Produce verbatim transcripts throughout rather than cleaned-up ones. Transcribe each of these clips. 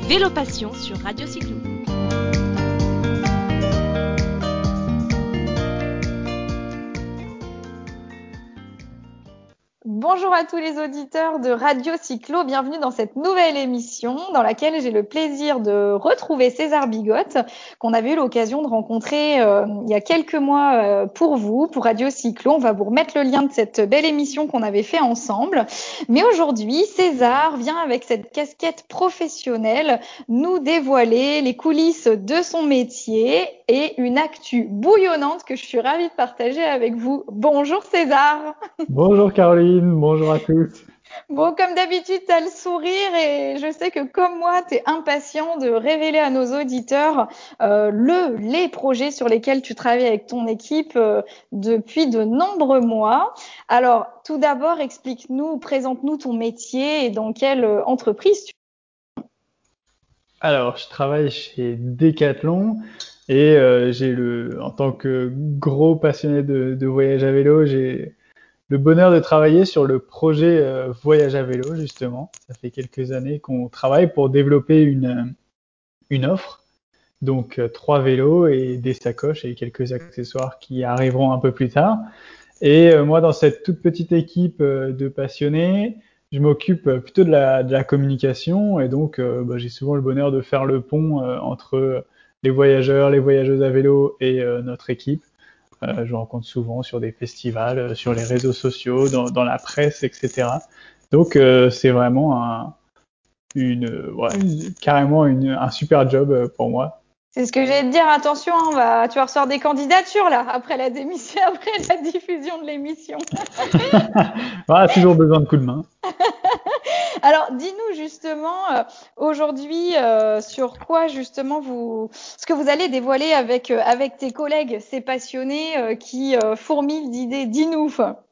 Vélo Passion sur Radio Cyclo. Bonjour à tous les auditeurs de Radio Cyclo, bienvenue dans cette nouvelle émission dans laquelle j'ai le plaisir de retrouver César Bigotte qu'on avait eu l'occasion de rencontrer euh, il y a quelques mois euh, pour vous, pour Radio Cyclo. On va vous remettre le lien de cette belle émission qu'on avait fait ensemble. Mais aujourd'hui, César vient avec cette casquette professionnelle nous dévoiler les coulisses de son métier et une actu bouillonnante que je suis ravie de partager avec vous. Bonjour César. Bonjour Caroline, bonjour à tous. Bon, comme d'habitude, tu as le sourire et je sais que comme moi, tu es impatient de révéler à nos auditeurs euh, le, les projets sur lesquels tu travailles avec ton équipe euh, depuis de nombreux mois. Alors, tout d'abord, explique-nous, présente-nous ton métier et dans quelle euh, entreprise tu Alors, je travaille chez Decathlon et euh, j'ai le, en tant que gros passionné de, de voyage à vélo, j'ai le bonheur de travailler sur le projet euh, Voyage à vélo, justement. Ça fait quelques années qu'on travaille pour développer une, une offre. Donc, euh, trois vélos et des sacoches et quelques accessoires qui arriveront un peu plus tard. Et euh, moi, dans cette toute petite équipe euh, de passionnés, je m'occupe euh, plutôt de la, de la communication et donc euh, bah, j'ai souvent le bonheur de faire le pont euh, entre les voyageurs, les voyageuses à vélo et euh, notre équipe. Euh, je rencontre souvent sur des festivals, euh, sur les réseaux sociaux, dans, dans la presse, et cetera. Donc euh, c'est vraiment un, une, ouais, une- carrément une, un super job euh, pour moi. C'est ce que j'allais te dire, attention, hein, on va, tu vas recevoir des candidatures là, après la démission, après la diffusion de l'émission. Voilà, toujours besoin de coups de main. Alors, dis-nous justement euh, aujourd'hui euh, sur quoi justement vous, ce que vous allez dévoiler avec euh, avec tes collègues, ces passionnés euh, qui euh, fourmillent d'idées. Dis-nous.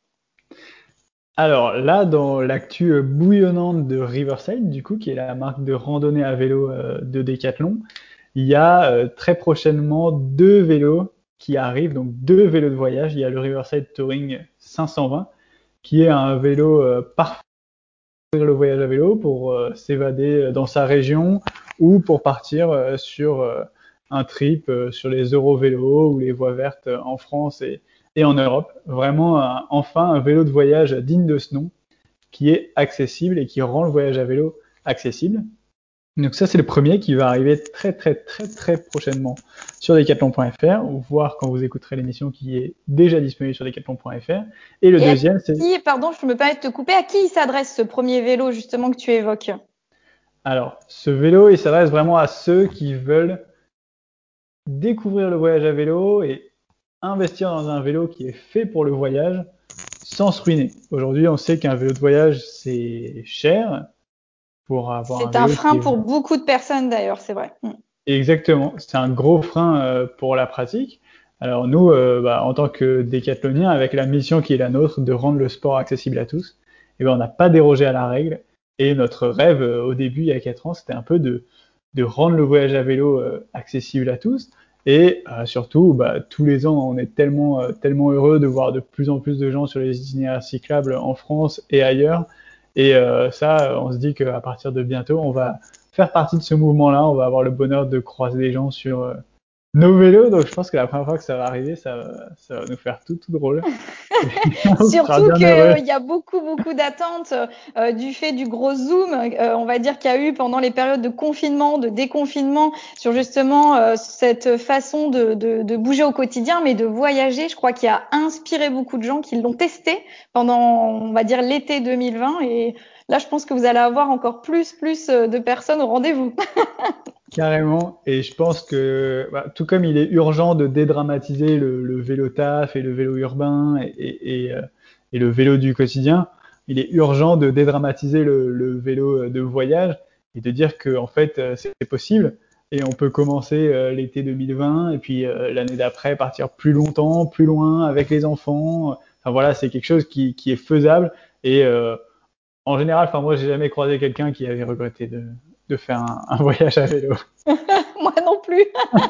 Alors là, dans l'actu euh, bouillonnante de Riverside, du coup, qui est la marque de randonnée à vélo euh, de Decathlon, il y a euh, très prochainement deux vélos qui arrivent, donc deux vélos de voyage. Il y a le Riverside Touring cinq cent vingt, qui est un vélo euh, parfait pour le voyage à vélo, pour euh, s'évader dans sa région ou pour partir euh, sur euh, un trip euh, sur les Eurovélos ou les voies vertes euh, en France et, et en Europe. Vraiment, un- enfin, un vélo de voyage digne de ce nom, qui est accessible et qui rend le voyage à vélo accessible. Donc ça, c'est le premier qui va arriver très très très très prochainement sur decathlon point f r, ou voir quand vous écouterez l'émission qui est déjà disponible sur decathlon point f r. Et le Et à deuxième, c'est... qui, pardon, je me permets de te couper, à qui il s'adresse ce premier vélo justement que tu évoques? Alors, ce vélo, il s'adresse vraiment à ceux qui veulent découvrir le voyage à vélo et investir dans un vélo qui est fait pour le voyage sans se ruiner. Aujourd'hui, on sait qu'un vélo de voyage, c'est cher pour avoir un C'est un vélo qui frein est... pour beaucoup de personnes d'ailleurs, c'est vrai. Mm. Exactement, c'est un gros frein euh, pour la pratique. Alors nous, euh, bah, en tant que décathloniens, avec la mission qui est la nôtre de rendre le sport accessible à tous, eh ben, on n'a pas dérogé à la règle. Et notre rêve euh, au début, il y a quatre ans, c'était un peu de, de rendre le voyage à vélo euh, accessible à tous. Et euh, surtout, bah, tous les ans, on est tellement, euh, tellement heureux de voir de plus en plus de gens sur les itinéraires cyclables en France et ailleurs. Et euh, ça, on se dit qu'à partir de bientôt, on va faire partie de ce mouvement-là. On va avoir le bonheur de croiser des gens sur euh, nos vélos. Donc je pense que la première fois que ça va arriver, ça, va- ça va nous faire tout, tout drôle. On sera Surtout bien qu'il heureux. euh, y a beaucoup, beaucoup d'attentes euh, du fait du gros zoom, euh, on va dire qu'il y a eu pendant les périodes de confinement, de déconfinement, sur justement euh, cette façon de, de, de bouger au quotidien, mais de voyager. Je crois qu'il a inspiré beaucoup de gens qui l'ont testé pendant, on va dire, l'été deux mille vingt. Et là, je pense que vous allez avoir encore plus, plus euh, de personnes au rendez-vous. Carrément. Et je pense que, bah, tout comme il est urgent de dédramatiser le, le vélo taf et le vélo urbain et, et, et, euh, et le vélo du quotidien, il est urgent de dédramatiser le, le vélo de voyage et de dire que en fait euh, c'est possible et on peut commencer euh, l'été deux mille vingt et puis euh, l'année d'après partir plus longtemps, plus loin avec les enfants. Enfin voilà, c'est quelque chose qui, qui est faisable et euh, en général, enfin moi j'ai jamais croisé quelqu'un qui avait regretté de, de faire un, un voyage à vélo. Moi moi non plus.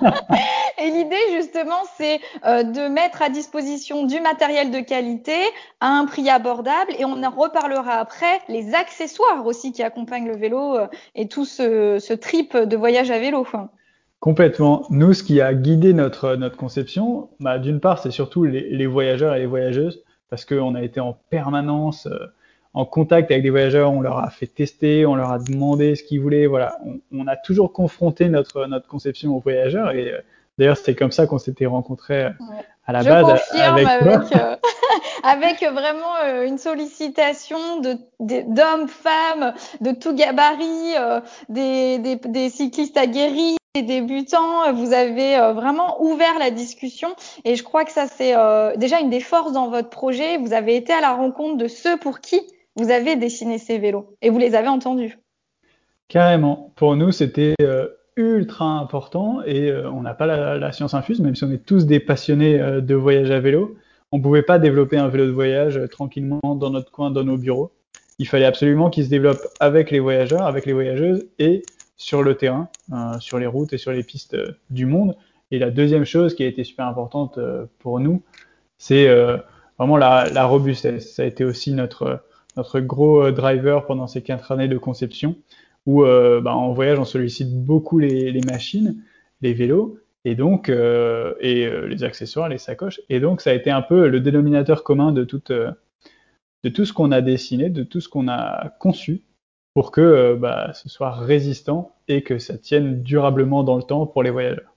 Et l'idée, justement, c'est euh, de mettre à disposition du matériel de qualité à un prix abordable. Et on en reparlera après, les accessoires aussi qui accompagnent le vélo euh, et tout ce, ce trip de voyage à vélo. Complètement. Nous, ce qui a guidé notre, notre conception, bah, d'une part, c'est surtout les, les voyageurs et les voyageuses, parce qu'on a été en permanence euh, en contact avec des voyageurs, on leur a fait tester, on leur a demandé ce qu'ils voulaient. Voilà, on, on a toujours confronté notre, notre conception aux voyageurs, et euh, d'ailleurs, c'est comme ça qu'on s'était rencontrés euh, Ouais. à la Je base confirme avec toi. avec, euh, avec vraiment euh, une sollicitation de, de- d'hommes, femmes, de tout gabarit, euh, des, des, des cyclistes aguerris, des débutants. Vous avez euh, vraiment ouvert la discussion et je crois que ça c'est euh, déjà une des forces dans votre projet. Vous avez été à la rencontre de ceux pour qui vous avez dessiné ces vélos et vous les avez entendus. Carrément. Pour nous, c'était euh, ultra important et euh, on n'a pas la, la science infuse, même si on est tous des passionnés euh, de voyage à vélo. On ne pouvait pas développer un vélo de voyage euh, tranquillement dans notre coin, dans nos bureaux. Il fallait absolument qu'il se développe avec les voyageurs, avec les voyageuses et sur le terrain, euh, sur les routes et sur les pistes euh, du monde. Et la deuxième chose qui a été super importante euh, pour nous, c'est euh, vraiment la, la robustesse. Ça a été aussi notre, notre gros euh, driver pendant ces quatre années de conception, où euh, bah, en voyage, on sollicite beaucoup les, les machines, les vélos, et donc euh, et euh, les accessoires, les sacoches. Et donc, ça a été un peu le dénominateur commun de, toute, euh, de tout ce qu'on a dessiné, de tout ce qu'on a conçu, pour que euh, bah, ce soit résistant et que ça tienne durablement dans le temps pour les voyageurs.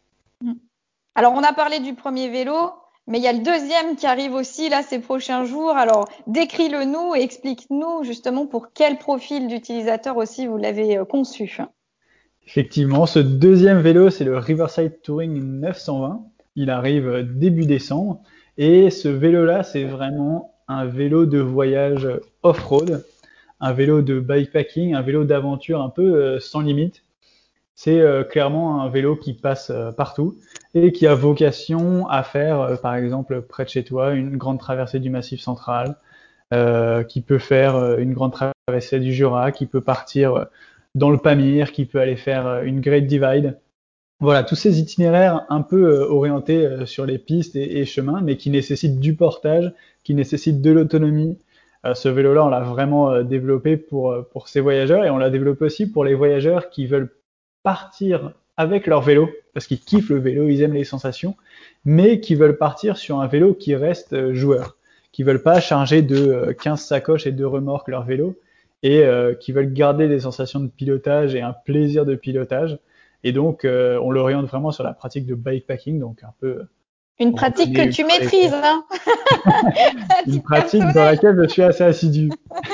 Alors, on a parlé du premier vélo, mais il y a le deuxième qui arrive aussi là ces prochains jours. Alors, décris-le nous et explique-nous justement pour quel profil d'utilisateur aussi vous l'avez euh, conçu. Effectivement, ce deuxième vélo, c'est le Riverside Touring neuf cent vingt. Il arrive euh, début décembre. Et ce vélo-là, c'est vraiment un vélo de voyage off-road, un vélo de bikepacking, un vélo d'aventure un peu euh, sans limite. C'est euh, clairement un vélo qui passe euh, partout et qui a vocation à faire, euh, par exemple, près de chez toi, une grande traversée du Massif central, euh, qui peut faire euh, une grande traversée du Jura, qui peut partir euh, dans le Pamir, qui peut aller faire euh, une Great Divide. Voilà, tous ces itinéraires un peu euh, orientés euh, sur les pistes et, et chemins, mais qui nécessitent du portage, qui nécessitent de l'autonomie. Euh, ce vélo-là, on l'a vraiment euh, développé pour, euh, pour ces voyageurs et on l'a développé aussi pour les voyageurs qui veulent partir avec leur vélo, parce qu'ils kiffent le vélo, ils aiment les sensations, mais qui veulent partir sur un vélo qui reste euh, joueur, qui veulent pas charger de euh, quinze sacoches et deux remorques leur vélo, et euh, qui veulent garder des sensations de pilotage et un plaisir de pilotage. Et donc, euh, on l'oriente vraiment sur la pratique de bikepacking, donc un peu euh, Une pratique randonnée que tu ultra maîtrises, légère. hein, à Une titre pratique dans personnel. laquelle je suis assez assidu.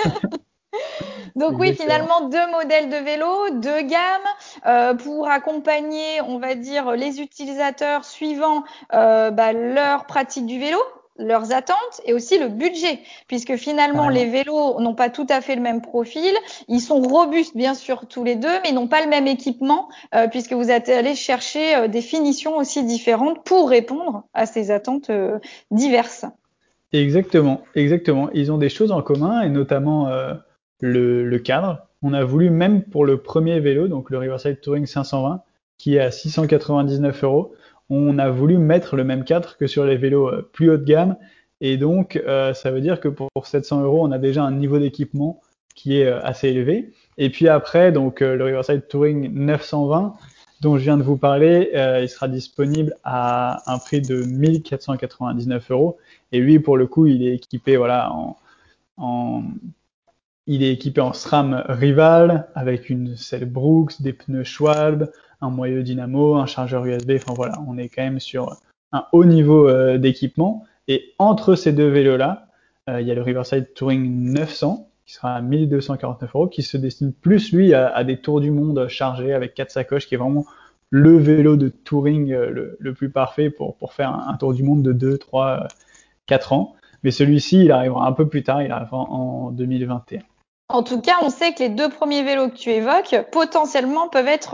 Donc oui, Exactement. finalement, deux modèles de vélo, deux gammes, euh, pour accompagner, on va dire, les utilisateurs suivant euh, bah, leur pratique du vélo, leurs attentes et aussi le budget, puisque finalement, les Carrément. vélos n'ont pas tout à fait le même profil. Ils sont robustes, bien sûr, tous les deux, mais ils n'ont pas le même équipement, euh, puisque vous êtes allé chercher euh, des finitions aussi différentes pour répondre à ces attentes euh, diverses. Exactement, exactement. Ils ont des choses en commun, et notamment euh, le, le cadre. On a voulu, même pour le premier vélo, donc le Riverside Touring cinq cent vingt, qui est à six cent quatre-vingt-dix-neuf euros, on a voulu mettre le même cadre que sur les vélos euh, plus haut de gamme. Et donc, euh, ça veut dire que pour sept cents euros, on a déjà un niveau d'équipement qui est euh, assez élevé. Et puis après, donc euh, le Riverside Touring neuf cent vingt, dont je viens de vous parler, euh, il sera disponible à un prix de mille quatre cent quatre-vingt-dix-neuf euros. Et lui, pour le coup, il est équipé, voilà, en, en il est équipé en SRAM Rival avec une selle Brooks, des pneus Schwalbe, un moyeu dynamo, un chargeur U S B. Enfin voilà, on est quand même sur un haut niveau euh, d'équipement. Et entre ces deux vélos-là, euh, il y a le Riverside Touring neuf cents qui sera à mille deux cent quarante-neuf euros, qui se destine plus lui à, à des tours du monde chargés avec quatre sacoches, qui est vraiment le vélo de touring euh, le, le plus parfait pour, pour faire un, un tour du monde de deux, trois, quatre ans. Mais celui-ci, il arrivera un peu plus tard, il arrivera en deux mille vingt et un. En tout cas, on sait que les deux premiers vélos que tu évoques, potentiellement, peuvent être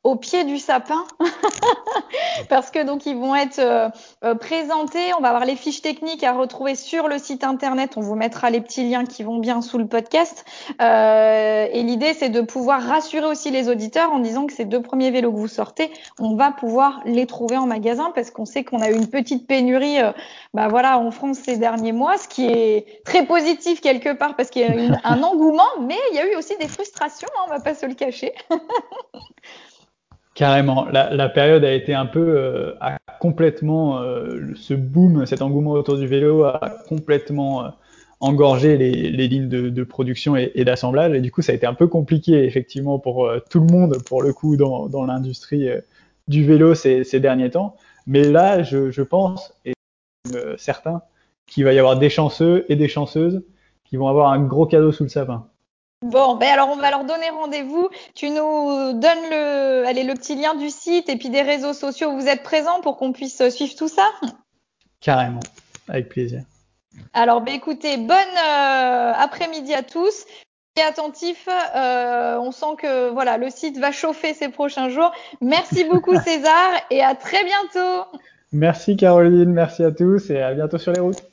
au pied du sapin parce que donc ils vont être euh, euh, présentés. On va avoir les fiches techniques à retrouver sur le site internet. On vous mettra les petits liens qui vont bien sous le podcast. Euh, et l'idée, c'est de pouvoir rassurer aussi les auditeurs en disant que ces deux premiers vélos que vous sortez, on va pouvoir les trouver en magasin parce qu'on sait qu'on a eu une petite pénurie euh, bah voilà, en France ces derniers mois, ce qui est très positif quelque part parce qu'il y a eu un engouement, mais il y a eu aussi des frustrations, hein, on va pas se le cacher. Carrément. La, la période a été un peu euh, a complètement euh, ce boom, cet engouement autour du vélo a complètement euh, engorgé les, les lignes de, de production et, et d'assemblage. Et du coup, ça a été un peu compliqué effectivement pour euh, tout le monde, pour le coup, dans, dans l'industrie euh, du vélo ces, ces derniers temps. Mais là, je, je pense, et euh, certain, qu'il va y avoir des chanceux et des chanceuses qui vont avoir un gros cadeau sous le sapin. Bon, ben alors on va leur donner rendez-vous. Tu nous donnes le, allez, le petit lien du site et puis des réseaux sociaux où vous êtes présents pour qu'on puisse suivre tout ça. Carrément, avec plaisir. Alors, ben écoutez, bonne euh, après-midi à tous. Soyez attentifs. Euh, on sent que voilà, le site va chauffer ces prochains jours. Merci beaucoup César et à très bientôt. Merci Caroline, merci à tous et à bientôt sur les routes.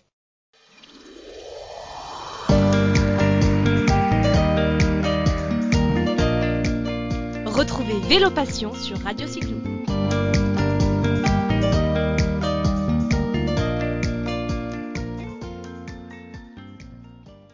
Retrouvez Vélo Passion sur Radio Cyclo.